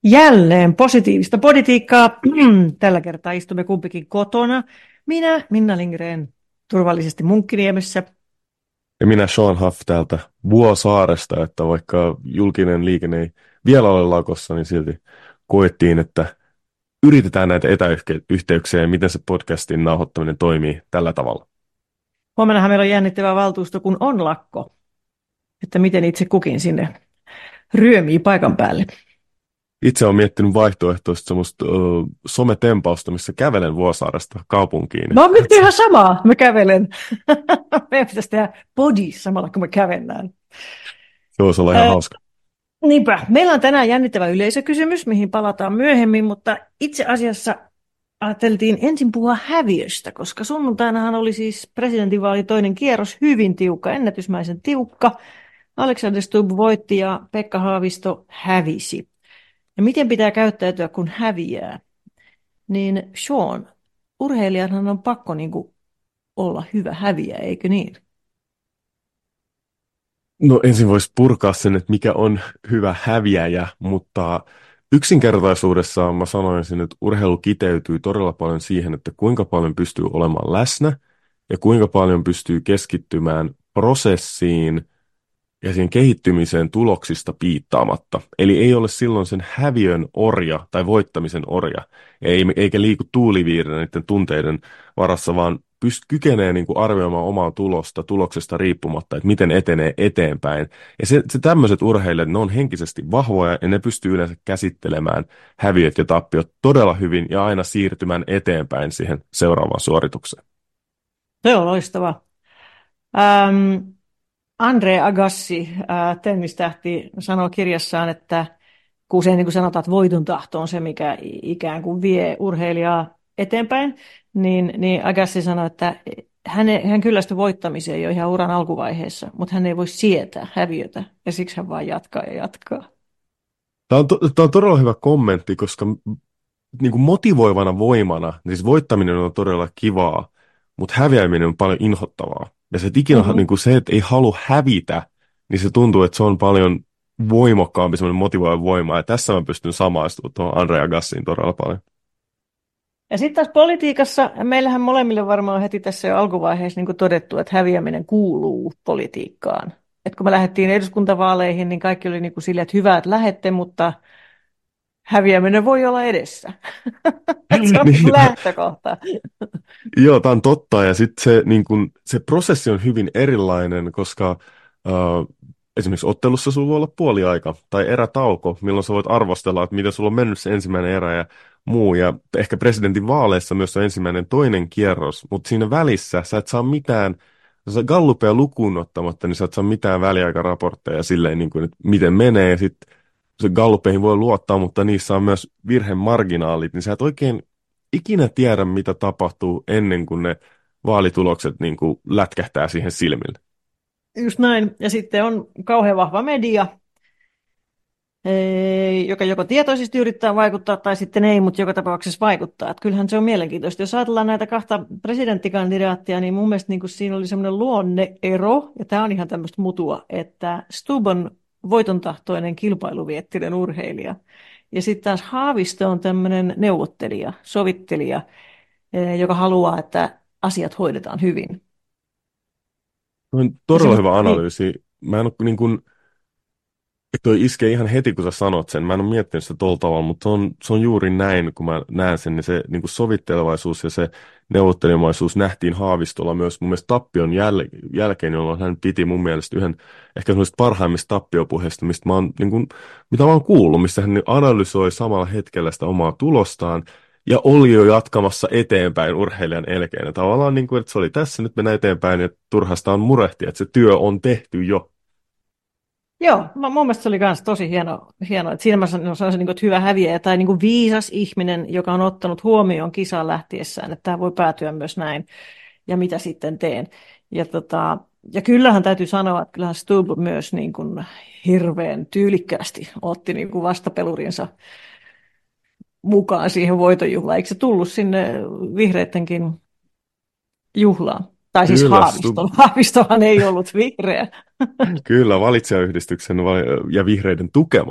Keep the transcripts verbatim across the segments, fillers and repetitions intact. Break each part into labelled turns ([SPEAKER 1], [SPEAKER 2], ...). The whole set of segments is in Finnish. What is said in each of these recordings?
[SPEAKER 1] Jälleen positiivista politiikkaa. Tällä kertaa istumme kumpikin kotona. Minä, Minna Lindgren, turvallisesti Munkkiniemessä.
[SPEAKER 2] Ja minä Sean Huff täältä Vuosaaresta, että vaikka julkinen liikenne ei vielä ole lakossa, niin silti koettiin, että yritetään näitä etäyhteyksiä ja miten se podcastin nauhoittaminen toimii tällä tavalla.
[SPEAKER 1] Huomennahan meillä on jännittävä valtuusto, kun on lakko. Että miten itse kukin sinne ryömii paikan päälle.
[SPEAKER 2] Itse olen miettinyt vaihtoehtoista semmoista ö, sometempausta, missä kävelen Vuosaaresta kaupunkiin.
[SPEAKER 1] Mä oon nyt ihan samaa. Mä kävelen. Meidän pitäisi tehdä podi samalla, kun me kävellään.
[SPEAKER 2] Se voisi olla ihan
[SPEAKER 1] Ää,
[SPEAKER 2] hauska.
[SPEAKER 1] Niinpä. Meillä on tänään jännittävä yleisökysymys, mihin palataan myöhemmin, mutta itse asiassa ajateltiin ensin puhua häviöstä, koska sunnuntainahan oli siis presidentinvaali toinen kierros, hyvin tiukka, ennätysmäisen tiukka. Alexander Stubb voitti ja Pekka Haavisto hävisi. Ja miten pitää käyttäytyä, kun häviää? Niin Sean, urheilijanhan on pakko niin kuin olla hyvä häviä, eikö niin?
[SPEAKER 2] No ensin voisi purkaa sen, että mikä on hyvä häviäjä, mutta yksinkertaisuudessaan mä sanoisin, että urheilu kiteytyy todella paljon siihen, että kuinka paljon pystyy olemaan läsnä ja kuinka paljon pystyy keskittymään prosessiin ja siihen kehittymiseen tuloksista piittaamatta. Eli ei ole silloin sen häviön orja tai voittamisen orja, ei, eikä liiku tuuliviirinä niiden tunteiden varassa, vaan pyst- kykenee niin kuin arvioimaan omaa tulosta, tuloksesta riippumatta, että miten etenee eteenpäin. Ja se, se tämmöiset urheilijat, ne on henkisesti vahvoja ja ne pystyy yleensä käsittelemään häviöt ja tappiot todella hyvin ja aina siirtymään eteenpäin siihen seuraavaan suoritukseen.
[SPEAKER 1] Se on loistava. Ähm, Andre Agassi, äh, tennistähti, sanoo kirjassaan, että kun usein niin kuin sanotaan, että voiton tahto on se, mikä ikään kuin vie urheilijaa eteenpäin, niin, niin Agassi sanoi, että hän, hän kyllästyi voittamiseen jo ihan uran alkuvaiheessa, mutta hän ei voi sietää häviötä, ja siksi hän vaan jatkaa ja jatkaa.
[SPEAKER 2] Tämä on, to, tämä on todella hyvä kommentti, koska niin kuin motivoivana voimana, niin siis voittaminen on todella kivaa, mutta häviäminen on paljon inhottavaa. Ja se, että ikinä,
[SPEAKER 1] Mm-hmm.
[SPEAKER 2] niin kuin se, että ei halua hävitä, niin se tuntuu, että se on paljon voimakkaampi semmoinen motivoiva voima. Ja tässä mä pystyn samaistumaan tuohon Andre Agassiin todella paljon.
[SPEAKER 1] Ja sitten taas politiikassa, meillähän molemmille varmaan heti tässä jo alkuvaiheessa niin kuin todettu, että häviäminen kuuluu politiikkaan. Et kun me lähdettiin eduskuntavaaleihin, niin kaikki oli niin kuin silleen, että hyvä, että lähette, mutta häviäminen voi olla edessä. Se on niin lähtökohta.
[SPEAKER 2] Joo, tämä on totta. Ja sitten se, niin kun, se prosessi on hyvin erilainen, koska äh, esimerkiksi ottelussa sulla voi olla puoliaika tai erätauko, milloin sä voit arvostella, että miten sulla on mennyt se ensimmäinen erä ja muu. Ja ehkä presidentin vaaleissa myös on ensimmäinen toinen kierros, mutta siinä välissä sä et saa mitään, sä gallupea lukuun ottamatta, niin sä et saa mitään väliaikaraportteja silleen, niin kuin, että miten menee. Ja sitten se gallupeihin voi luottaa, mutta niissä on myös virhemarginaalit, niin sä et oikein ikinä tiedä, mitä tapahtuu ennen kuin ne vaalitulokset niin kuin lätkähtää siihen silmille.
[SPEAKER 1] Just näin. Ja sitten on kauhean vahva media, eh, joka joko tietoisesti yrittää vaikuttaa tai sitten ei, mutta joka tapauksessa vaikuttaa. Että kyllähän se on mielenkiintoista. Jos ajatellaan näitä kahta presidenttikandidaattia, niin mun mielestä niin kuin siinä oli semmoinen luonneero, ja tämä on ihan tämmöistä mutua, että Stubb on voitontahtoinen kilpailuviettinen urheilija. Ja sitten taas Haavisto on tämmöinen neuvottelija, sovittelija, eh, joka haluaa, että asiat hoidetaan hyvin.
[SPEAKER 2] On
[SPEAKER 1] Ja se,
[SPEAKER 2] todella hyvä
[SPEAKER 1] niin,
[SPEAKER 2] analyysi. Mä en ole niin kuin, että toi iskee ihan heti, kun sä sanot sen. Mä en ole miettinyt sitä tuolla tavalla, mutta se on, se on juuri näin, kun mä näen sen, niin se niin kuin sovittelevaisuus ja se neuvottelemaisuus nähtiin Haavistolla myös mun mielestä tappion jäl- jälkeen, jolloin hän piti mun mielestä yhden ehkä semmoisista parhaimmista tappiopuheista, mistä mä oon, niin kuin, mitä mä oon kuullut, missä hän analysoi samalla hetkellä sitä omaa tulostaan ja oli jo jatkamassa eteenpäin urheilijan elkeen. Tavallaan niin kuin, että se oli tässä, nyt mennään eteenpäin ja turhasta on murehtia, että se työ on tehty jo.
[SPEAKER 1] Joo, mä- mun mielestä se oli myös tosi hieno, hieno. Että siinä mä san- sanoisin, niin kuin, että hyvä häviäjä tai niin kuin viisas ihminen, joka on ottanut huomioon kisaan lähtiessään, että tämä voi päätyä myös näin, ja mitä sitten teen. Ja, tota, ja kyllähän täytyy sanoa, että kyllähän Stubb myös niin kuin hirveän tyylikkäästi otti niin kuin vastapelurinsa mukaan siihen voitonjuhlaan. Eikö se tullut sinne vihreidenkin juhlaan? Tai siis
[SPEAKER 2] Kyllä, Stubb.
[SPEAKER 1] Haavistolla. Haavistohan ei ollut vihreä.
[SPEAKER 2] Kyllä, valitsijayhdistyksen va- ja vihreiden tukema.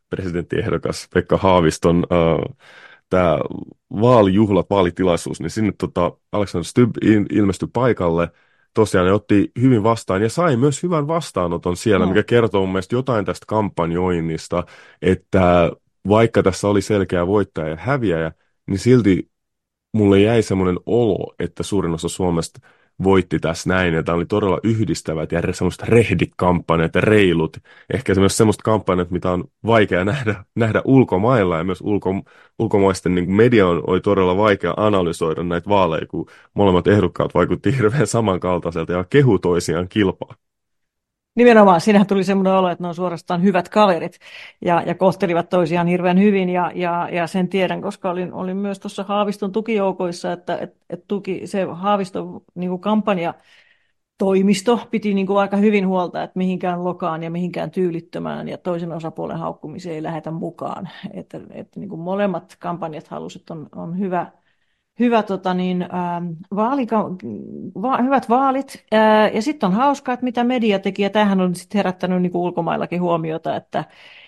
[SPEAKER 2] presidenttiehdokas Pekka Haaviston äh, tämä vaalijuhlat, vaalitilaisuus, niin sinne tota, Alexander Stubb il- ilmestyi paikalle. Tosiaan ne otti hyvin vastaan ja sai myös hyvän vastaanoton siellä,
[SPEAKER 1] Mm.
[SPEAKER 2] mikä kertoo mun mielestä jotain tästä kampanjoinnista, että vaikka tässä oli selkeä voittaja ja häviäjä, niin silti mulle jäi semmoinen olo, että suurin osa Suomesta voitti tässä näin, ja tämä oli todella yhdistävät ja semmoista rehdit kampanjat ja reilut. Ehkä se myös semmoista kampanjat, mitä on vaikea nähdä, nähdä ulkomailla, ja myös ulko, ulkomaisten niin media on, oli todella vaikea analysoida näitä vaaleja, kun molemmat ehdokkaat vaikutti hirveän samankaltaiselta ja kehu toisiaan kilpaa.
[SPEAKER 1] Nimenomaan, siinähän tuli semmoinen olo, että ne on suorastaan hyvät kaverit ja, ja kohtelivat toisiaan hirveän hyvin ja, ja, ja sen tiedän, koska olin, olin myös tuossa Haaviston tukijoukoissa, että et, et tuki, se Haaviston niin kuin kampanja toimisto piti niin kuin aika hyvin huolta, että mihinkään lokaan ja mihinkään tyylittömään ja toisen osapuolen haukkumiseen ei lähetä mukaan. Että, että niin kuin molemmat kampanjat halusivat, että on, on hyvä, hyvä, tota niin, ähm, vaalika, va, hyvät vaalit. Ää, ja sitten on hauskaa, että mitä media teki, ja tämähän on sitten herättänyt niin kuin ulkomaillakin huomiota, että,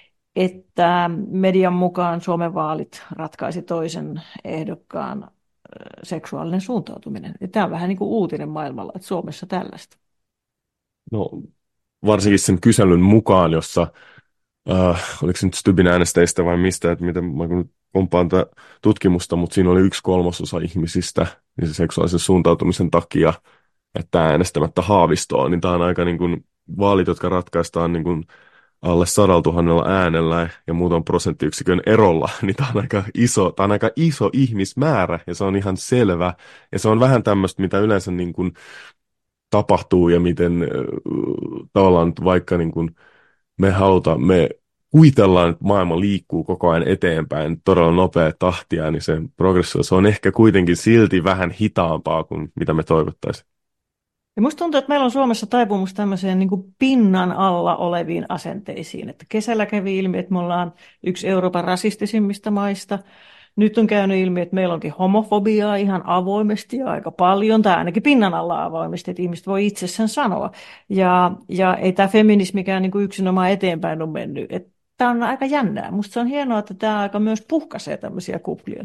[SPEAKER 1] että median mukaan Suomen vaalit ratkaisi toisen ehdokkaan ää, seksuaalinen suuntautuminen. Ja tämä on vähän niin kuin uutinen maailmalla, että Suomessa tällaista.
[SPEAKER 2] No, varsinkin sen kyselyn mukaan, jossa äh, oliko se nyt Stybin äänestäjistä vai mistä, että miten mä kun kompaan tätä tutkimusta, mutta siinä oli yksi kolmasosa ihmisistä niin se seksuaalisen suuntautumisen takia, että äänestämättä Haavistoa, niin tämä on aika niin kuin vaalit, jotka ratkaistaan niin kuin alle sadalla tuhannella äänellä ja muutaman prosenttiyksikön erolla, niin tämä on aika iso, tämä on aika iso ihmismäärä ja se on ihan selvä. Ja se on vähän tämmöistä, mitä yleensä niin kuin tapahtuu ja miten äh, tavallaan nyt vaikka niin kuin me halutaan, me kuvitellaan, että maailma liikkuu koko ajan eteenpäin todella nopea tahtia, niin se progressio se on ehkä kuitenkin silti vähän hitaampaa kuin mitä me toivottaisiin.
[SPEAKER 1] Ja musta tuntuu, että meillä on Suomessa taipumus tämmöiseen niin kuin pinnan alla oleviin asenteisiin. Että kesällä kävi ilmi, että me ollaan yksi Euroopan rasistisimmista maista. Nyt on käynyt ilmi, että meillä onkin homofobiaa ihan avoimesti ja aika paljon, tai ainakin pinnan alla avoimesti, että ihmiset voi itse sen sanoa. Ja, ja ei tämä feminismikään niin kuin yksinomaan eteenpäin ole mennyt. Tämä on aika jännää. Musta se on hienoa, että tämä aika myös puhkaisee tämmöisiä kuplia.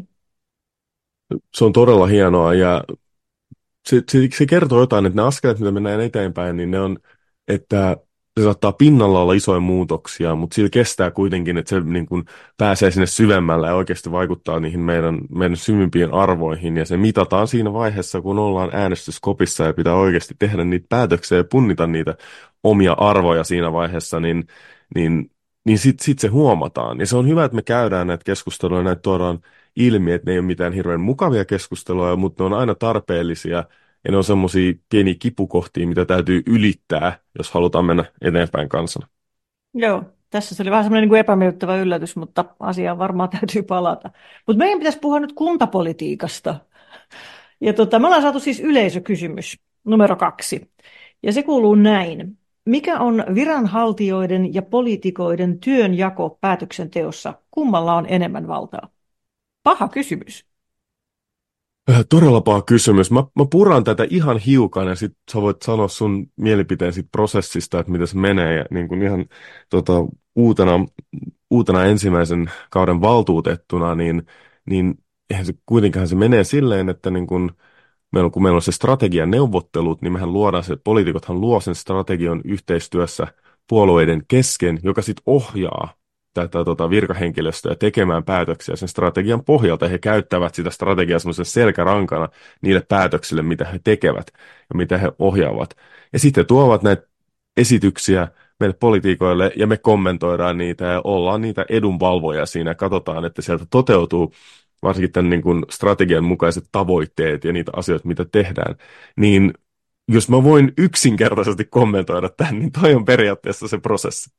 [SPEAKER 2] Se on todella hienoa ja se, se, se kertoo jotain, että ne askeleet, mitä mennään eteenpäin, niin ne on, että se saattaa pinnalla olla isoja muutoksia, mutta sillä kestää kuitenkin, että se niin kuin pääsee sinne syvemmälle ja oikeasti vaikuttaa niihin meidän, meidän syvimpiin arvoihin. Ja se mitataan siinä vaiheessa, kun ollaan äänestyskopissa ja pitää oikeasti tehdä niitä päätöksiä ja punnita niitä omia arvoja siinä vaiheessa, niin, niin, niin sitten sit se huomataan. Ja se on hyvä, että me käydään näitä keskusteluja, näitä tuodaan ilmi, että ne ei ole mitään hirveän mukavia keskusteluja, mutta ne on aina tarpeellisia. Ja ne on semmoisia pieniä kipukohtia, mitä täytyy ylittää, jos halutaan mennä eteenpäin kansana.
[SPEAKER 1] Joo, tässä se oli vähän semmoinen niin kuin epämiellyttävä yllätys, mutta asiaan varmaan täytyy palata. Mutta meidän pitäisi puhua nyt kuntapolitiikasta. Ja tota, me ollaan saatu siis yleisökysymys numero kaksi. Ja se kuuluu näin. Mikä on viranhaltijoiden ja poliitikoiden työnjako päätöksenteossa? Kummalla on enemmän valtaa? Paha kysymys.
[SPEAKER 2] Äh, Todella paha kysymys. Mä, mä puran tätä ihan hiukan ja sit sä voit sanoa sun mielipiteen siitä prosessista, että miten se menee. Ja niin kuin ihan tota, uutena, uutena ensimmäisen kauden valtuutettuna, niin, niin eihän se kuitenkaan se menee silleen, että niin kuin meillä on, kun meillä on se strategian neuvottelut, niin mehän luodaan se, poliitikothan luo sen strategian yhteistyössä puolueiden kesken, joka sitten ohjaa tätä tota, virkahenkilöstöä tekemään päätöksiä sen strategian pohjalta. He käyttävät sitä strategiaa semmoisen selkärankana niille päätöksille, mitä he tekevät ja mitä he ohjaavat. Ja sitten tuovat näitä esityksiä meille poliitikoille ja me kommentoidaan niitä ja ollaan niitä edunvalvoja siinä ja katsotaan, että sieltä toteutuu varsinkin tämän niin kuin strategian mukaiset tavoitteet ja niitä asioita, mitä tehdään, niin jos mä voin yksinkertaisesti kommentoida tämän, niin toi on periaatteessa se prosessi.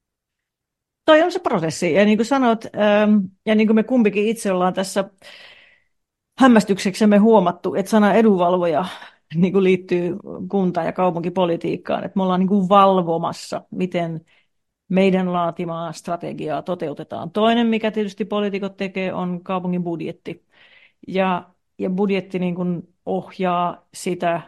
[SPEAKER 1] Toi on se prosessi. Ja niin kuin sanot, ähm, ja niin kuin me kumpikin itse ollaan tässä hämmästykseksemme huomattu, että sana edunvalvoja niin kuin liittyy kunta- ja kaupunkipolitiikkaan. Että me ollaan niin kuin valvomassa, miten meidän laatimaa strategiaa toteutetaan. Toinen, mikä tietysti poliitikot tekee, on kaupungin budjetti. Ja, ja budjetti niin kuin ohjaa sitä,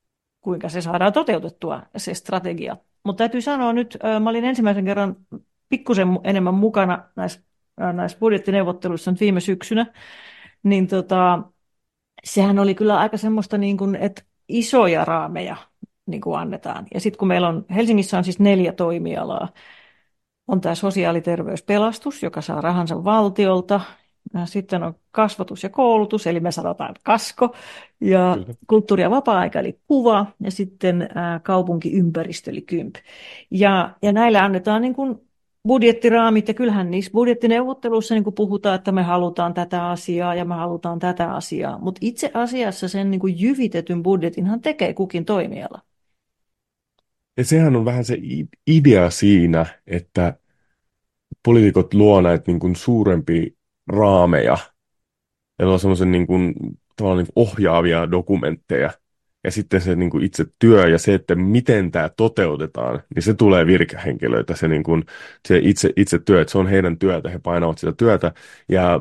[SPEAKER 1] kuinka se saadaan toteutettua, se strategia. Mutta täytyy sanoa nyt, mä olin ensimmäisen kerran pikkusen mu- enemmän mukana näissä, äh, näissä budjettineuvotteluissa nyt viime syksynä, niin tota, sehän oli kyllä aika semmoista, niin kuin, että isoja raameja niin kuin annetaan. Ja sitten kun meillä on, Helsingissä on siis neljä toimialaa, on tämä sosiaaliterveyspelastus, joka saa rahansa valtiolta. Ja sitten on kasvatus ja koulutus, eli me sanotaan kasko, ja
[SPEAKER 2] Kyllä.
[SPEAKER 1] kulttuuri- ja vapaa-aika, eli kuva, ja sitten ää, kaupunkiympäristö, eli kymp. Ja, ja näillä annetaan niin kuin budjettiraamit, ja kyllähän niissä budjettineuvotteluissa niin kuin puhutaan, että me halutaan tätä asiaa ja me halutaan tätä asiaa, mutta itse asiassa sen niin kuin jyvitetyn budjetinhan tekee kukin toimiala.
[SPEAKER 2] Ja sehän on vähän se i- idea siinä, että poliitikot luo näitä niin kuin suurempia raameja ja luo semmoisen niin kuin, tavallaan niin kuin ohjaavia dokumentteja. Ja sitten se niin kuin itse työ ja se, että miten tämä toteutetaan, niin se tulee virkahenkilöitä, se, niin kuin, se itse, itse työ, että se on heidän työtä, he painavat sitä työtä. Ja,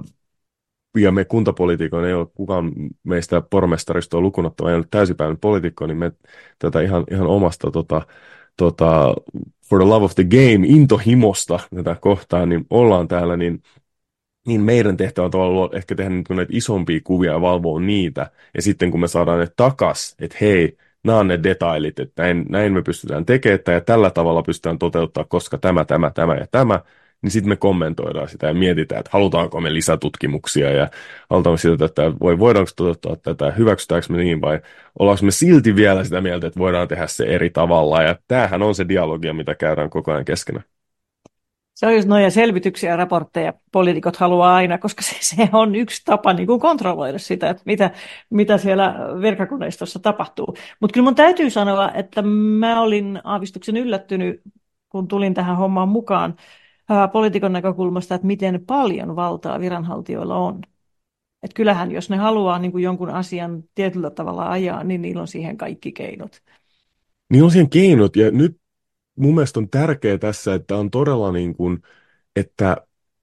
[SPEAKER 2] ja me kuntapolitiikoina ei ole kukaan meistä pormestarista lukuun ottamatta, ei ole täysipäiväinen poliitikko, niin me tätä ihan, ihan omasta tota, tota, for the love of the game, intohimosta tätä kohtaa, niin ollaan täällä, niin niin meidän tehtävä on tavallaan ehkä tehdä niin näitä isompia kuvia ja valvoa niitä. Ja sitten kun me saadaan ne takas, että hei, nämä on ne detailit, että näin, näin me pystytään tekemään ja tällä tavalla pystytään toteuttaa, koska tämä, tämä, tämä ja tämä, niin sitten me kommentoidaan sitä ja mietitään, että halutaanko me lisätutkimuksia ja halutaanko sitä, että voi, voidaanko toteuttaa tätä, hyväksytäänkö me niin vai ollaanko me silti vielä sitä mieltä, että voidaan tehdä se eri tavalla. Ja tämähän on se dialogia, mitä käydään koko ajan keskenään.
[SPEAKER 1] Se on just noja selvityksiä ja raportteja poliitikot haluaa aina, koska se, se on yksi tapa niin kuin kontrolloida sitä, että mitä, mitä siellä virkakoneistossa tapahtuu. Mutta kyllä mun täytyy sanoa, että mä olin aavistuksen yllättynyt, kun tulin tähän hommaan mukaan ää, poliitikon näkökulmasta, että miten paljon valtaa viranhaltijoilla on. Että kyllähän, jos ne haluaa niin kuin jonkun asian tietyllä tavalla ajaa, niin niillä on siihen kaikki keinot.
[SPEAKER 2] Niin on siihen keinot, ja nyt mun mielestä on tärkeää tässä, että on todella niin kuin, että,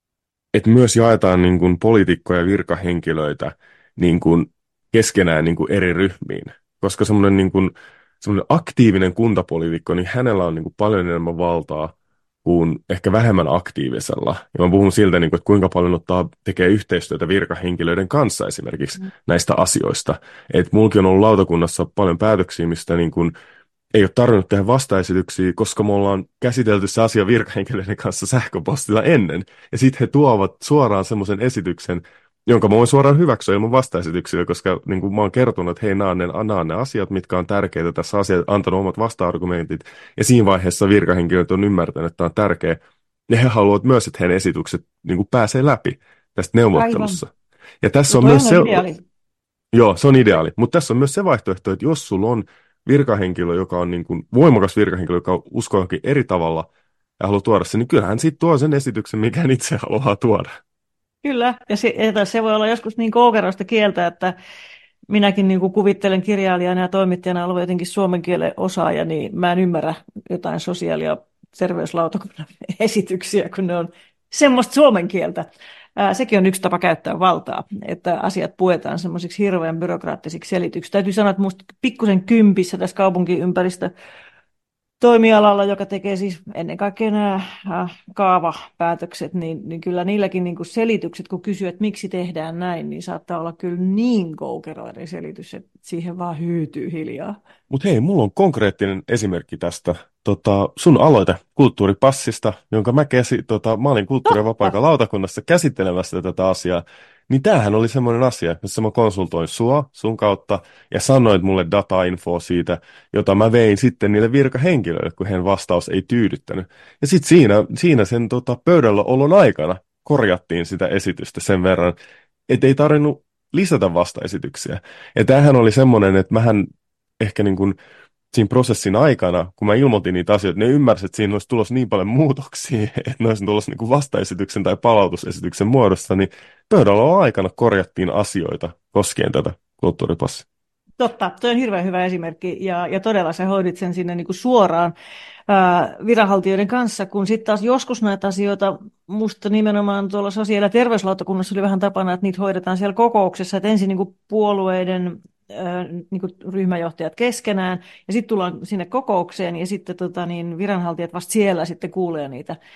[SPEAKER 2] että myös jaetaan niin kuin poliitikkoja ja virkahenkilöitä niin kuin keskenään niin kuin eri ryhmiin. Koska semmoinen niin kuin, semmoinen aktiivinen kuntapoliitikko, niin hänellä on niin kuin paljon enemmän valtaa kuin ehkä vähemmän aktiivisella. Ja mä puhun siltä, niin kuin, että kuinka paljon ottaa, tekee yhteistyötä virkahenkilöiden kanssa esimerkiksi
[SPEAKER 1] Mm.
[SPEAKER 2] näistä asioista. Että mullakin on ollut lautakunnassa paljon päätöksiä, mistä niin kuin ei ole tarvinnut tehdä vastaesityksiä, koska me ollaan käsitelty se asia virkahenkilöiden kanssa sähköpostilla ennen. Ja sitten he tuovat suoraan semmoisen esityksen, jonka mä voin suoraan hyväksyä ilman vastaesityksiä, koska niin kuin mä oon kertonut, että hei, nämä on ne, nämä on ne asiat, mitkä on tärkeitä tässä asiassa, antanut omat vasta-argumentit. Ja siinä vaiheessa virkahenkilöt on ymmärtänyt, että tämä on tärkeä. Ja he haluavat myös, että heidän esitykset niin kuin pääsee läpi tästä
[SPEAKER 1] Aivan.
[SPEAKER 2] neuvottelussa. Ja tässä
[SPEAKER 1] No
[SPEAKER 2] on
[SPEAKER 1] toi
[SPEAKER 2] myös
[SPEAKER 1] on
[SPEAKER 2] se,
[SPEAKER 1] ideaali.
[SPEAKER 2] joo, se on ideaali. Mutta tässä on myös se vaihtoehto, että jos sulla on virkahenkilö, joka on niin kuin voimakas virkahenkilö, joka uskoo johonkin eri tavalla ja haluaa tuoda sen, niin kyllähän sitten tuo sen esityksen, mikä hän itse haluaa tuoda.
[SPEAKER 1] Kyllä, ja se, että se voi olla joskus niin koukeroista kieltä, että minäkin niin kuin kuvittelen kirjailijana ja toimittajana olevan jotenkin suomen kielen osaaja, niin mä en ymmärrä jotain sosiaali- ja terveyslautakunnan esityksiä, kun ne on semmoista suomen kieltä. Ää, sekin on yksi tapa käyttää valtaa, että asiat puetaan semmoisiksi hirveän byrokraattisiksi selityksiksi. Täytyy sanoa, että musta pikkusen kympissä tässä kaupunkiympäristö toimialalla, joka tekee siis ennen kaikkea nämä äh, kaavapäätökset, niin, niin kyllä niilläkin niin kuin selitykset, kun kysyy, että miksi tehdään näin, niin saattaa olla kyllä niin koukeroinen selitys, että siihen vaan hyytyy hiljaa.
[SPEAKER 2] Mutta hei, mulla on konkreettinen esimerkki tästä tota, sun aloite kulttuuripassista, jonka mä, käsi, tota, mä olin kulttuuri- ja
[SPEAKER 1] Totta,
[SPEAKER 2] vapaa lautakunnassa käsittelemässä tätä asiaa. Niin tämähän oli semmoinen asia, jossa mä konsultoin sua sun kautta ja sanoit mulle data-infoa siitä, jota mä vein sitten niille virkahenkilöille, kun heidän vastaus ei tyydyttänyt. Ja sitten siinä, siinä sen tota, pöydällä olon aikana korjattiin sitä esitystä sen verran, että ei tarvinnut lisätä vastaesityksiä. Ja tämähän oli semmoinen, että mähän ehkä niin kuin siinä prosessin aikana, kun mä ilmoitin niitä asioita, ne ymmärsivät, että siinä olisi tulossa niin paljon muutoksia, että ne olisi tulossa niin kuin vastaesityksen tai palautusesityksen muodossa, niin pöydällä aikana korjattiin asioita koskien tätä kulttuuripassia.
[SPEAKER 1] totta. Tuo on hirveän hyvä esimerkki ja, ja todella sä hoidit sen sinne niin kuin suoraan ää, viranhaltijoiden kanssa, kun sitten taas joskus näitä asioita, musta nimenomaan tuolla sosiaali- ja terveyslautakunnassa oli vähän tapana, että niitä hoidetaan siellä kokouksessa, että ensin niin kuin puolueiden ää, niin kuin ryhmäjohtajat keskenään ja sitten tullaan sinne kokoukseen ja sitten tota, niin viranhaltijat vasta siellä sitten kuulee niitä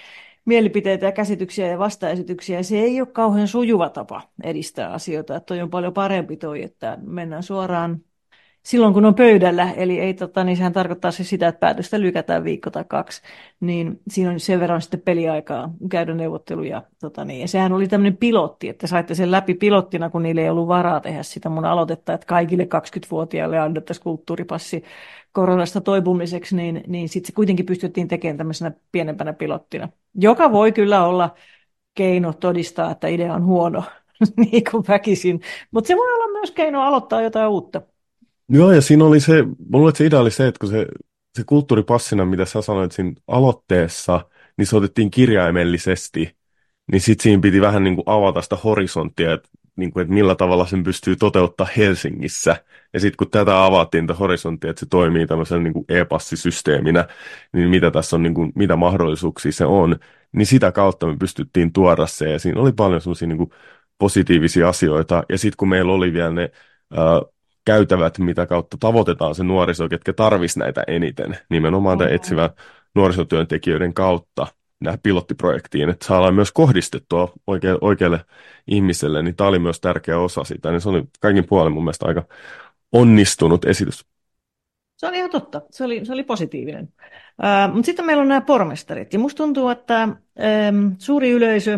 [SPEAKER 1] mielipiteitä ja käsityksiä ja vastaesityksiä. Ja se ei ole kauhean sujuva tapa edistää asioita. Että toi on paljon parempi toi, että mennään suoraan silloin, kun on pöydällä. Eli ei, tota, niin sehän tarkoittaa se sitä, että päätöstä lykätään viikko tai kaksi. Niin siinä on sen verran sitten peliaikaa käydä neuvotteluja. Tota, niin. Ja sehän oli tämmöinen pilotti, että saitte sen läpi pilottina, kun niille ei ollut varaa tehdä sitä mun aloitetta, että kaikille kaksikymmentävuotiaille annettaisiin kulttuuripassi koronasta toipumiseksi, niin, niin sitten se kuitenkin pystyttiin tekemään tämmöisenä pienempänä pilottina, joka voi kyllä olla keino todistaa, että idea on huono, niin kuin väkisin, mutta se voi olla myös keino aloittaa jotain uutta.
[SPEAKER 2] Joo, ja siinä oli se, mulla luulen, että se idea oli se, että kun se, se kulttuuripassina, mitä sä sanoit siinä aloitteessa, niin se otettiin kirjaimellisesti, niin sitten siinä piti vähän niin kuin avata sitä horisonttia, että, niin kuin, että millä tavalla sen pystyy toteuttaa Helsingissä. Ja sitten kun tätä avattiin, tätä horisonttia, että se toimii tämmöisen niin kuin e-passisysteeminä, niin mitä tässä on, niin kuin, mitä mahdollisuuksia se on, niin sitä kautta me pystyttiin tuoda se, ja siinä oli paljon semmoisia niin kuin positiivisia asioita, ja sitten kun meillä oli vielä ne käytävät, mitä kautta tavoitetaan se nuoriso, ketkä tarvisi näitä eniten, nimenomaan tämän etsivän nuorisotyöntekijöiden kautta nämä pilottiprojektiin, että saadaan myös kohdistettua oikea, oikealle ihmiselle, niin tämä oli myös tärkeä osa sitä, niin se oli kaikin puolin mun mielestä aika onnistunut esitys.
[SPEAKER 1] Se oli ihan totta, se oli, se oli positiivinen. Uh, mutta sitten meillä on nämä pormestarit, ja musta tuntuu, että um, suuri yleisö,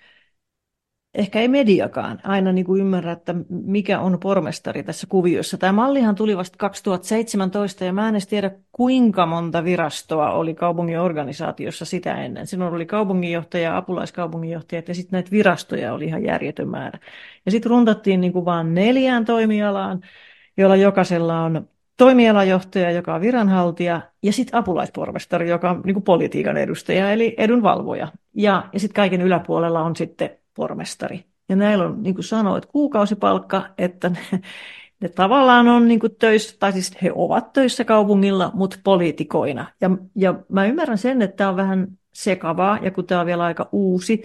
[SPEAKER 1] ehkä ei mediakaan aina niin kuin ymmärrä, että mikä on pormestari tässä kuviossa. Tämä mallihan tuli vasta kaksituhattaseitsemäntoista, ja mä en edes tiedä, kuinka monta virastoa oli kaupungin organisaatiossa sitä ennen. Silloin oli kaupunginjohtaja, apulaiskaupunginjohtajat, ja sitten näitä virastoja oli ihan järjetön määrä. Ja sitten runtattiin niin kuin vaan neljään toimialaan, joilla jokaisella on toimialajohtaja, joka on viranhaltija, ja sitten apulaispormestari, joka on niin kuin politiikan edustaja, eli edunvalvoja. Ja, ja sitten kaiken yläpuolella on sitten pormestari. Ja näillä on, niin kuin sanoit, kuukausipalkka, että ne, ne tavallaan on niin kuin töissä, tai siis he ovat töissä kaupungilla, mutta poliitikoina. Ja, ja mä ymmärrän sen, että tämä on vähän sekavaa, ja kun tämä on vielä aika uusi,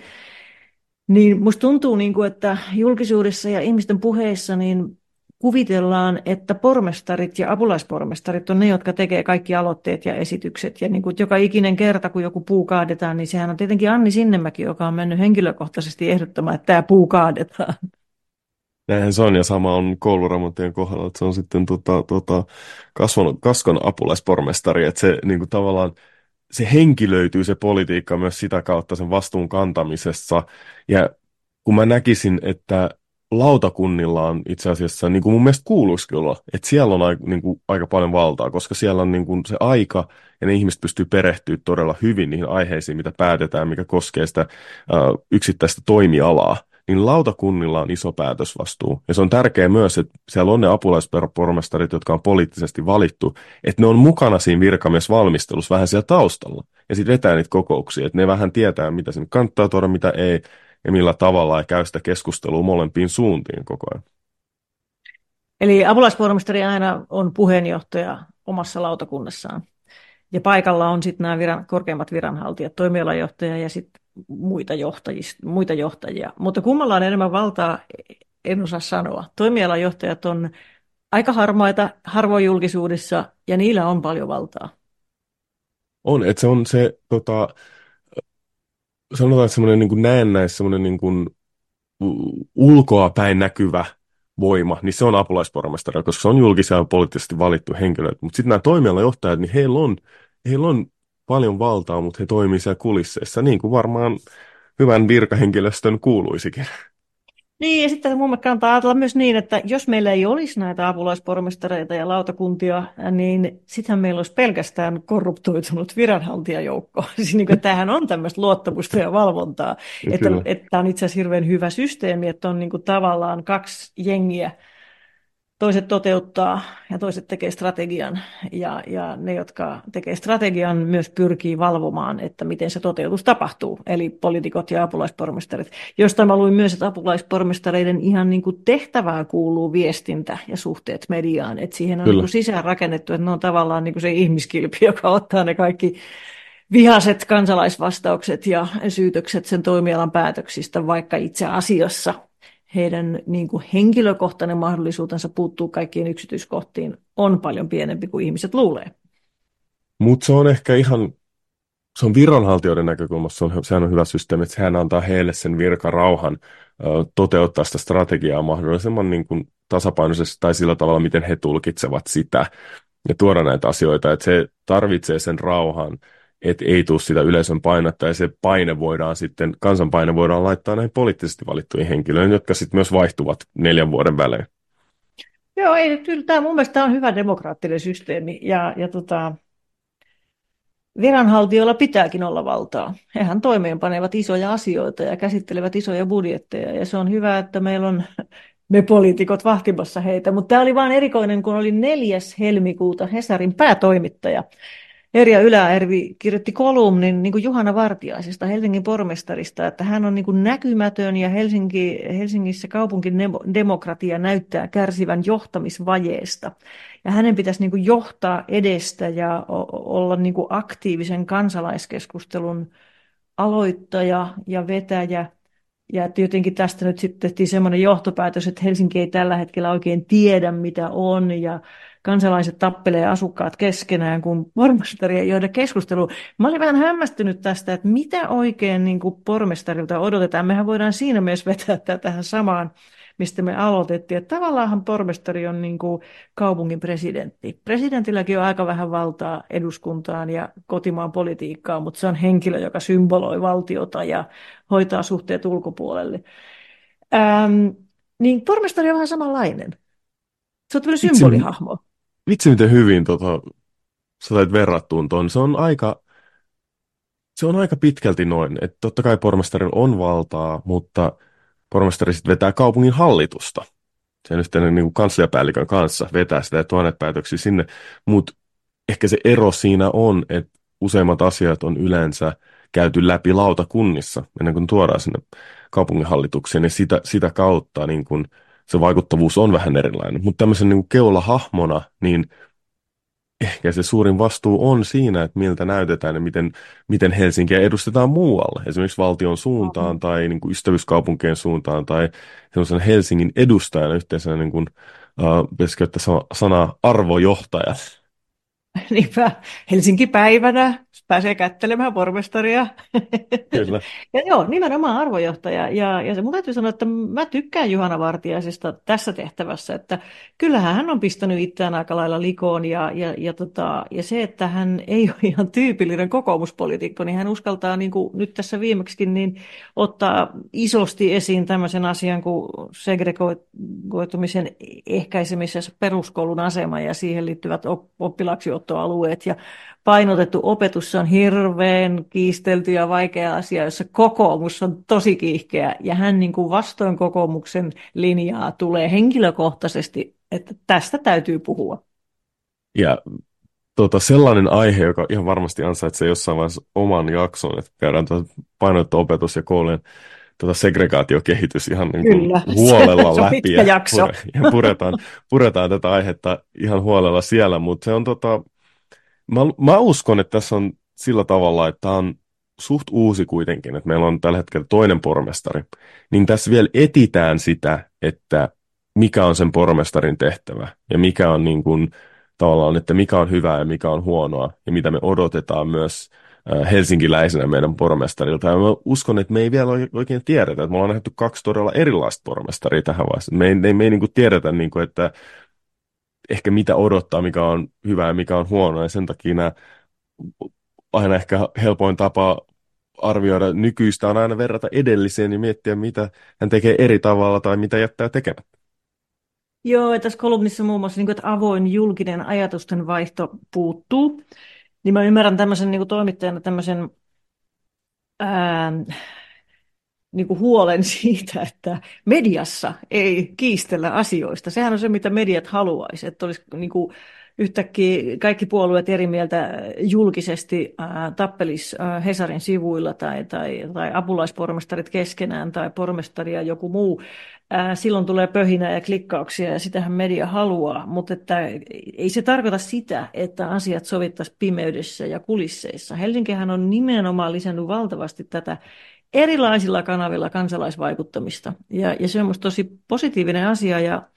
[SPEAKER 1] niin musta tuntuu, niin kuin, että julkisuudessa ja ihmisten puheissa niin kuvitellaan, että pormestarit ja apulaispormestarit on ne, jotka tekee kaikki aloitteet ja esitykset. Ja niin kuin joka ikinen kerta, kun joku puu kaadetaan, niin sehän on tietenkin Anni Sinnemäki, joka on mennyt henkilökohtaisesti ehdottamaan, että tämä puu kaadetaan.
[SPEAKER 2] Näinhän se on, ja sama on kouluremonttien kohdalla, että se on sitten tota, tota, kasvon, Kaskon apulaispormestari, että se niin kuin tavallaan se henkilöityy se politiikka myös sitä kautta sen vastuun kantamisessa, ja kun mä näkisin, että lautakunnilla on itse asiassa, niin kuin mun mielestä kuuluisikin olla, että siellä on aika, niin kuin, aika paljon valtaa, koska siellä on niin kuin se aika, ja ne ihmiset pystyy perehtyä todella hyvin niihin aiheisiin, mitä päätetään, mikä koskee sitä uh, yksittäistä toimialaa, niin lautakunnilla on iso päätösvastuu. Ja se on tärkeää myös, että siellä on ne apulaispormestarit, jotka on poliittisesti valittu, että ne on mukana siinä virkamiesvalmistelussa vähän siellä taustalla, ja sitten vetää niitä kokouksia, että ne vähän tietää, mitä sinne kannattaa tuoda, mitä ei, ja millä tavalla ei käy sitä keskustelua molempiin suuntiin koko ajan.
[SPEAKER 1] Eli apulaispormestari aina on puheenjohtaja omassa lautakunnassaan. Ja paikalla on sitten nämä viran, korkeimmat viranhaltijat, toimialajohtaja ja sitten muita, muita johtajia. Mutta kummalla on enemmän valtaa, en osaa sanoa. Toimialajohtajat on aika harmaita, harvoin julkisuudessa, ja niillä on paljon valtaa.
[SPEAKER 2] On, että se on se, tota, sanotaan, että semmoinen niin näennäis, semmoinen niin kuin ulkoa päin näkyvä voima, niin se on apulaispormestari, koska se on julkisia ja poliittisesti valittu henkilö. Mutta sitten nämä toimialajohtajat, niin heillä on, heillä on paljon valtaa, mutta he toimivat siellä kulisseissa, niin kuin varmaan hyvän virkahenkilöstön kuuluisikin.
[SPEAKER 1] Niin, ja sitten mun mielestä kannattaa ajatella myös niin, että jos meillä ei olisi näitä apulaispormestareita ja lautakuntia, niin sittenhän meillä olisi pelkästään korruptoitunut viranhaltijajoukko. Siis niin kuin, tämähän on tämmöistä luottamusta ja valvontaa, että, että tämä on itse asiassa hirveän hyvä systeemi, että on niin kuin tavallaan kaksi jengiä, toiset toteuttaa ja toiset tekee strategian, ja, ja ne, jotka tekee strategian, myös pyrkii valvomaan, että miten se toteutus tapahtuu, eli poliitikot ja apulaispormestarit. Jostain mä luin myös, että apulaispormestareiden ihan niin kuin tehtävään kuuluu viestintä ja suhteet mediaan, että siihen on niin kuin sisään rakennettu, että ne on tavallaan niin kuin se ihmiskilpi, joka ottaa ne kaikki vihaset kansalaisvastaukset ja syytökset sen toimialan päätöksistä, vaikka itse asiassa heidän niin kuin henkilökohtainen mahdollisuutensa puuttuu kaikkiin yksityiskohtiin on paljon pienempi kuin ihmiset luulee.
[SPEAKER 2] Mutta se on ehkä ihan se on viranhaltijoiden näkökulmasta, se on, sehän on hyvä systeemi, että sehän antaa heille sen virkarauhan ö, toteuttaa sitä strategiaa mahdollisimman niin kuin tasapainoisesti tai sillä tavalla, miten he tulkitsevat sitä ja tuoda näitä asioita, että se tarvitsee sen rauhan, että ei tule sitä yleisön painetta ja se paine voidaan sitten, kansanpaine voidaan laittaa näihin poliittisesti valittuihin henkilöihin, jotka sitten myös vaihtuvat neljän vuoden välein.
[SPEAKER 1] Joo, ei, kyllä tämä mun mielestä tämä on hyvä demokraattinen systeemi ja, ja tota, viranhaltijoilla pitääkin olla valtaa. Hehän toimeenpanevat isoja asioita ja käsittelevät isoja budjetteja ja se on hyvä, että meillä on me poliitikot vahtimassa heitä, mutta tämä oli vain erikoinen, kun oli neljäs helmikuuta Hesarin päätoimittaja Erja Yläervi kirjoitti kolumnin niin kuin Juhana Vartiaisesta, Helsingin pormestarista, että hän on niin kuin näkymätön ja Helsinki, Helsingissä kaupunkidemokratia näyttää kärsivän johtamisvajeesta. Ja hänen pitäisi niin kuin johtaa edestä ja olla niin kuin aktiivisen kansalaiskeskustelun aloittaja ja vetäjä. Ja jotenkin tästä nyt sitten tehtiin semmoinen johtopäätös, että Helsinki ei tällä hetkellä oikein tiedä, mitä on, ja kansalaiset tappelee asukkaat keskenään, kun pormestari ei johda keskustelua. Mä olin vähän hämmästynyt tästä, että mitä oikein niin kuin pormestarilta odotetaan. Mehän voidaan siinä myös vetää tätä tähän samaan, mistä me aloitettiin. Että tavallaanhan pormestari on niin kuin kaupungin presidentti. Presidentilläkin on aika vähän valtaa eduskuntaan ja kotimaan politiikkaan, mutta se on henkilö, joka symboloi valtiota ja hoitaa suhteet ulkopuolelle. Ähm, niin pormestari on vähän samanlainen. Se on tämmöinen
[SPEAKER 2] Vitsi,
[SPEAKER 1] symbolihahmo.
[SPEAKER 2] vitsi miten hyvin tota, sä sait verrattuun ton. Se on aika, se on aika pitkälti noin, että totta kai pormestarilla on valtaa, mutta pormestari sitten vetää kaupungin hallitusta. Sen yhteinen niin kuin kansliapäällikön kanssa vetää sitä ja tuo näitä päätöksiä sinne. Mutta ehkä se ero siinä on, että useimmat asiat on yleensä käyty läpi lautakunnissa ennen kuin tuodaan sinne kaupunginhallitukseen. Ja sitä, sitä kautta niin kuin se vaikuttavuus on vähän erilainen. Mutta tämmöisen niin kuin keulahahmona, niin ehkä se suurin vastuu on siinä, että miltä näytetään ja miten, miten Helsinkiä edustetaan muualla. Esimerkiksi valtion suuntaan tai niin kuin ystävyyskaupunkien suuntaan tai sellaisen Helsingin edustajana yhteensä niin kuin, uh, pitäisi käyttää sanaa arvojohtaja.
[SPEAKER 1] Niinpä Helsinki-päivänä pääsee kättelemään pormestaria.
[SPEAKER 2] Kyllä.
[SPEAKER 1] Ja joo, nimenomaan arvojohtaja. Ja, ja se mun täytyy sanoa, että mä tykkään Juhana Vartiaisesta tässä tehtävässä, että kyllähän hän on pistänyt itseään aika lailla likoon ja, ja, ja, tota, ja se, että hän ei ole ihan tyypillinen kokoomuspoliitikko, niin hän uskaltaa niin kuin nyt tässä viimeksikin niin ottaa isosti esiin tämmöisen asian kuin segregoitumisen ehkäisemisessä peruskoulun asema ja siihen liittyvät oppilaaksiottoalueet ja painotettu opetus. Se on hirveän kiistelty ja vaikea asia, jossa kokoomus on tosi kiihkeä ja hän niin kuin vastoin kokoomuksen linjaa tulee henkilökohtaisesti, että tästä täytyy puhua.
[SPEAKER 2] Ja tota, sellainen aihe, joka ihan varmasti ansaitsee jossain vaiheessa oman jakson, että käydään tuota painotettu opetus ja koulujen tuota segregaatiokehitys ihan niin kuin
[SPEAKER 1] Kyllä,
[SPEAKER 2] huolella
[SPEAKER 1] se on
[SPEAKER 2] läpi
[SPEAKER 1] pitkä
[SPEAKER 2] ja,
[SPEAKER 1] jakso.
[SPEAKER 2] pure, ja puretaan, puretaan tätä aihetta ihan huolella siellä, mutta se on tota, mä, mä uskon, että tässä on sillä tavalla, että tämä on suht uusi kuitenkin, että meillä on tällä hetkellä toinen pormestari, niin tässä vielä etitään sitä, että mikä on sen pormestarin tehtävä ja mikä on niin kuin, tavallaan, että mikä on hyvää ja mikä on huonoa ja mitä me odotetaan myös äh, helsinkiläisenä meidän pormestarilta. Ja mä uskon, että me ei vielä oikein tiedetä, että me ollaan nähty kaksi todella erilaista pormestaria tähän vaiheessa. Me ei, me ei, me ei niin kuin tiedetä, niin kuin, että ehkä mitä odottaa, mikä on hyvää ja mikä on huonoa, ja sen takia nämä aina ehkä helpoin tapa arvioida nykyistä on aina verrata edelliseen ja miettiä, mitä hän tekee eri tavalla tai mitä jättää tekemättä.
[SPEAKER 1] Joo, ja tässä kolumnissa muun muassa, niin kuin, että avoin julkinen ajatusten vaihto puuttuu. Niin mä ymmärrän tämmöisen niin kuin toimittajana tämmöisen ää, niin kuin huolen siitä, että mediassa ei kiistellä asioista. Sehän on se, mitä mediat haluaisi, että olisi niin kuin yhtäkkiä kaikki puolueet eri mieltä julkisesti ää, tappelis ää, Hesarin sivuilla tai, tai, tai apulaispormestarit keskenään tai pormestari ja joku muu. Ää, silloin tulee pöhinää ja klikkauksia ja sitähän media haluaa, mutta että ei se tarkoita sitä, että asiat sovittaisiin pimeydessä ja kulisseissa. Helsinkihän on nimenomaan lisännyt valtavasti tätä erilaisilla kanavilla kansalaisvaikuttamista ja, ja se on minusta tosi positiivinen asia ja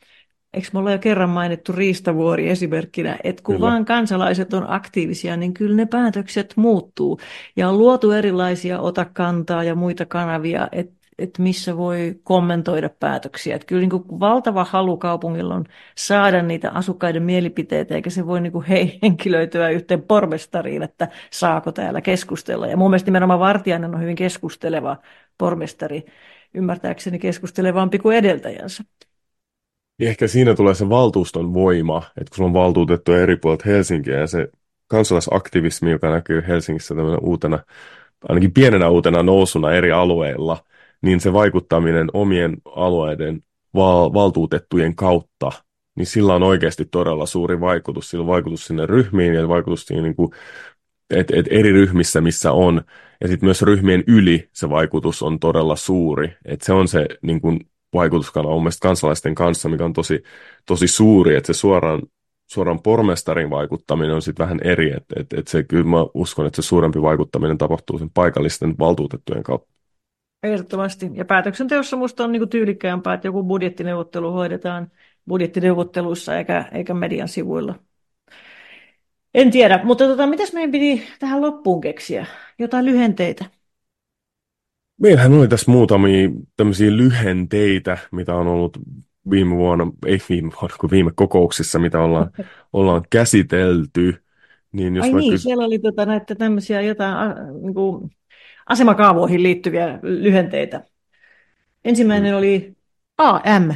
[SPEAKER 1] eikö me olla jo kerran mainittu Riistavuori esimerkkinä, että kun
[SPEAKER 2] Kyllä.
[SPEAKER 1] vaan kansalaiset on aktiivisia, niin kyllä ne päätökset muuttuu. Ja on luotu erilaisia ota kantaa ja muita kanavia, että et missä voi kommentoida päätöksiä. Että kyllä niin kuin valtava halu kaupungilla on saada niitä asukkaiden mielipiteitä, eikä se voi niin kuin hei, henkilöityä yhteen pormestariin, että saako täällä keskustella. Ja mun mielestä nimenomaan Vartiainen on hyvin keskusteleva pormestari, ymmärtääkseni keskustelevampi kuin edeltäjänsä.
[SPEAKER 2] Ja ehkä siinä tulee se valtuuston voima, että kun sulla on valtuutettu eri puolilta Helsinkiä ja se kansalaisaktivismi, joka näkyy Helsingissä tämmöinen uutena, ainakin pienenä uutena nousuna eri alueilla, niin se vaikuttaminen omien alueiden val- valtuutettujen kautta, niin sillä on oikeasti todella suuri vaikutus. Sillä on vaikutus sinne ryhmiin ja vaikutus siihen, niin kuin, et, et eri ryhmissä, missä on. Ja sitten myös ryhmien yli se vaikutus on todella suuri. Et se on se niin kuin, vaikutuskanava mun mielestä kansalaisten kanssa, mikä on tosi, tosi suuri, että se suoraan, suoraan pormestarin vaikuttaminen on sitten vähän eri, että et, et se kyllä mä uskon, että se suurempi vaikuttaminen tapahtuu sen paikallisten valtuutettujen kautta.
[SPEAKER 1] Ehdottomasti. Ja päätöksenteossa minusta on niin tyylikkäämpää, että joku budjettineuvottelu hoidetaan budjettineuvotteluissa eikä, eikä median sivuilla. En tiedä, mutta tota, mitäs meidän piti tähän loppuun keksiä? Jotain lyhenteitä.
[SPEAKER 2] Meillähän oli tässä muutamia tämmöisiä lyhenteitä, mitä on ollut viime vuonna, ei viime vuonna, kuin viime kokouksissa, mitä ollaan, ollaan käsitelty. Niin jos
[SPEAKER 1] Ai
[SPEAKER 2] mä
[SPEAKER 1] niin,
[SPEAKER 2] kysyn,
[SPEAKER 1] siellä oli tota, näitä tämmöisiä jotain a, niin kuin asemakaavoihin liittyviä lyhenteitä. Ensimmäinen oli A M.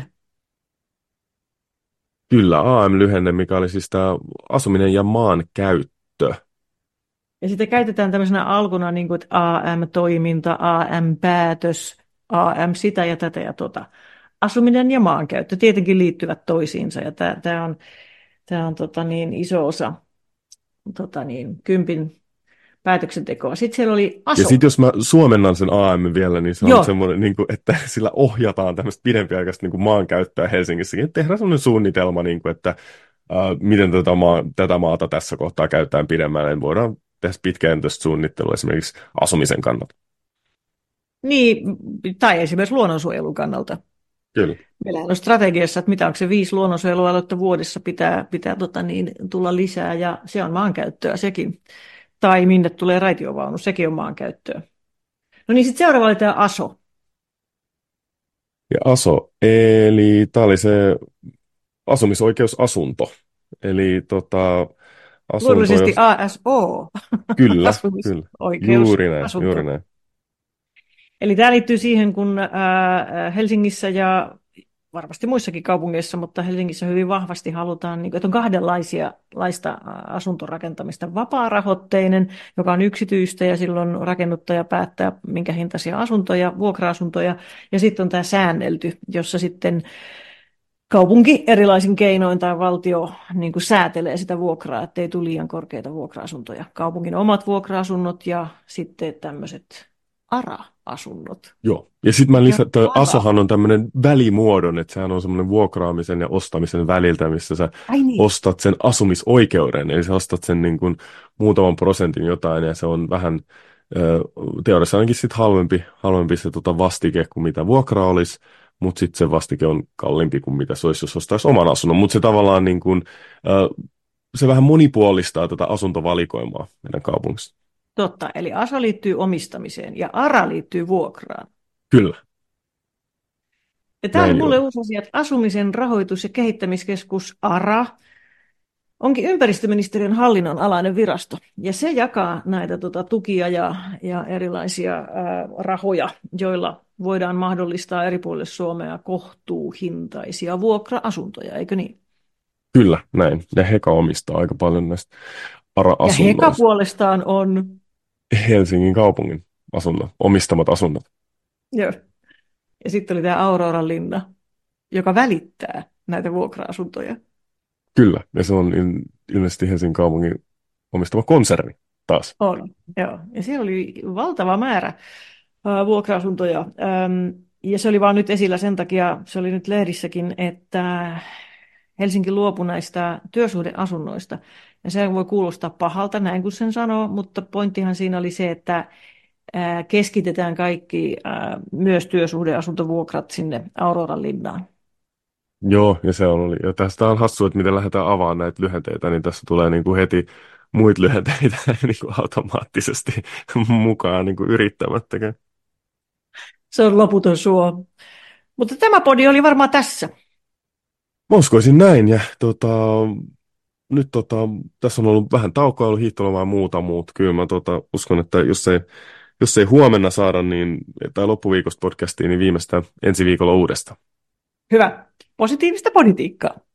[SPEAKER 2] kyllä A M-lyhenne, mikä oli siis tämä asuminen ja maankäyttö.
[SPEAKER 1] Ja sitten käytetään tämmöisenä alkuna niin kuin, että A M-toiminta, A M-päätös, A M sitä ja tätä ja tota. Asuminen ja maankäyttö tietenkin liittyvät toisiinsa ja tämä, tämä on, tämä on tota niin, iso osa tota niin, kympin päätöksentekoa. Sitten siellä oli
[SPEAKER 2] Ja
[SPEAKER 1] aso.
[SPEAKER 2] sitten jos mä suomennan sen A M vielä, niin se on
[SPEAKER 1] Joo,
[SPEAKER 2] semmoinen, niin kuin, että sillä ohjataan tämmöistä pidempiaikaista niin kuin maankäyttöä Helsingissäkin. Että tehdään semmoinen suunnitelma, niin kuin, että äh, miten tätä, maa, tätä maata tässä kohtaa käytetään pidemmälle. Niin voidaan tehdä pitkäjäntöistä suunnittelua esimerkiksi asumisen kannalta.
[SPEAKER 1] niin, tai esimerkiksi luonnonsuojelun kannalta.
[SPEAKER 2] Kyllä.
[SPEAKER 1] Meillähän on strategiassa, että mitä onko se viisi luonnonsuojelualuetta vuodessa pitää, pitää tota niin, tulla lisää, ja se on maankäyttöä sekin. Tai minne tulee raitiovaunu, sekin on maankäyttöä. No niin, sitten seuraava oli tämä aso.
[SPEAKER 2] Ja aso, eli tämä oli se asumisoikeusasunto. Eli tota, asunto,
[SPEAKER 1] Luonnollisesti
[SPEAKER 2] jos...
[SPEAKER 1] A S O,
[SPEAKER 2] Kyllä, kyllä. Juuri näin, juuri
[SPEAKER 1] asumisoikeusasunto.
[SPEAKER 2] näin.
[SPEAKER 1] Eli tämä liittyy siihen, kun ää, Helsingissä ja varmasti muissakin kaupungeissa, mutta Helsingissä hyvin vahvasti halutaan, niin kuin, että on kahdenlaisia laista asuntorakentamista. Vapaarahoitteinen, joka on yksityistä ja silloin rakennuttaja päättää, minkä hintaisia asuntoja, vuokra-asuntoja. Ja sitten on tämä säännelty, jossa sitten kaupunki erilaisin keinoin tai valtio niin kuin säätelee sitä vuokraa, ettei tule liian korkeita vuokra-asuntoja. Kaupungin omat vuokra-asunnot ja sitten tämmöiset A R A-asunnot.
[SPEAKER 2] Joo. Ja sitten mä
[SPEAKER 1] Mikä
[SPEAKER 2] lisään, että
[SPEAKER 1] on A R A?
[SPEAKER 2] asohan on tämmöinen välimuodon, että sehän on semmoinen vuokraamisen ja ostamisen väliltä, missä sä
[SPEAKER 1] Ai niin,
[SPEAKER 2] ostat sen asumisoikeuden, eli sä ostat sen niin kuin muutaman prosentin jotain, ja se on vähän ö, teoriassa ainakin sitten halvempi, halvempi se tota vastike kuin mitä vuokra olisi, mutta sitten se vastike on kalliimpi kuin mitä se olisi, jos ostaisi oman asunnon. Mutta se tavallaan niin kuin, ö, se vähän monipuolistaa tätä asuntovalikoimaa meidän kaupungissa.
[SPEAKER 1] totta. Eli A S A liittyy omistamiseen ja A R A liittyy vuokraan.
[SPEAKER 2] Kyllä,
[SPEAKER 1] Ja tämä oli
[SPEAKER 2] näin
[SPEAKER 1] mulle
[SPEAKER 2] juuri.
[SPEAKER 1] uusi asia, että Asumisen rahoitus- ja kehittämiskeskus A R A onkin ympäristöministeriön hallinnon alainen virasto. Ja se jakaa näitä tota, tukia ja, ja erilaisia ää, rahoja, joilla voidaan mahdollistaa eri puolille Suomea kohtuuhintaisia vuokra-asuntoja, eikö niin?
[SPEAKER 2] Kyllä, näin. Ja Heka omistaa aika paljon näistä
[SPEAKER 1] Ja Heka
[SPEAKER 2] A R A-asunnoista.
[SPEAKER 1] puolestaan on,
[SPEAKER 2] Helsingin kaupungin asunnot, omistamat asunnot.
[SPEAKER 1] joo. Ja sitten oli tämä Auroran linna, joka välittää näitä vuokra-asuntoja.
[SPEAKER 2] Kyllä, ja se on il- ilmeisesti Helsingin kaupungin omistama konserni taas.
[SPEAKER 1] On, joo. Ja siellä oli valtava määrä ää, vuokra-asuntoja. Äm, ja se oli vaan nyt esillä sen takia, se oli nyt lehdissäkin, että Helsinki luopui näistä työsuhdeasunnoista. Ja se voi kuulostaa pahalta, näin kuin sen sanoo, mutta pointtihan siinä oli se, että ää, keskitetään kaikki ää, myös työsuhdeasuntovuokrat sinne Auroran linnaan.
[SPEAKER 2] Joo, ja se oli. Ja tästä on hassua, että miten lähdetään avaamaan näitä lyhenteitä, niin tässä tulee niin kuin heti muita lyhenteitä niin kuin automaattisesti mukaan niin kuin yrittämättäkään.
[SPEAKER 1] Se on loputon suo. Mutta tämä podi oli varmaan tässä.
[SPEAKER 2] Mä uskoisin näin, ja tota, nyt tota, tässä on ollut vähän taukoa, ollut hiihtolomaa ja muuta, mutta kyllä mä tota, uskon, että jos ei, jos ei huomenna saada, niin, tai loppuviikosta podcastiin, niin viimeistään ensi viikolla uudestaan.
[SPEAKER 1] Hyvä. Positiivista politiikkaa.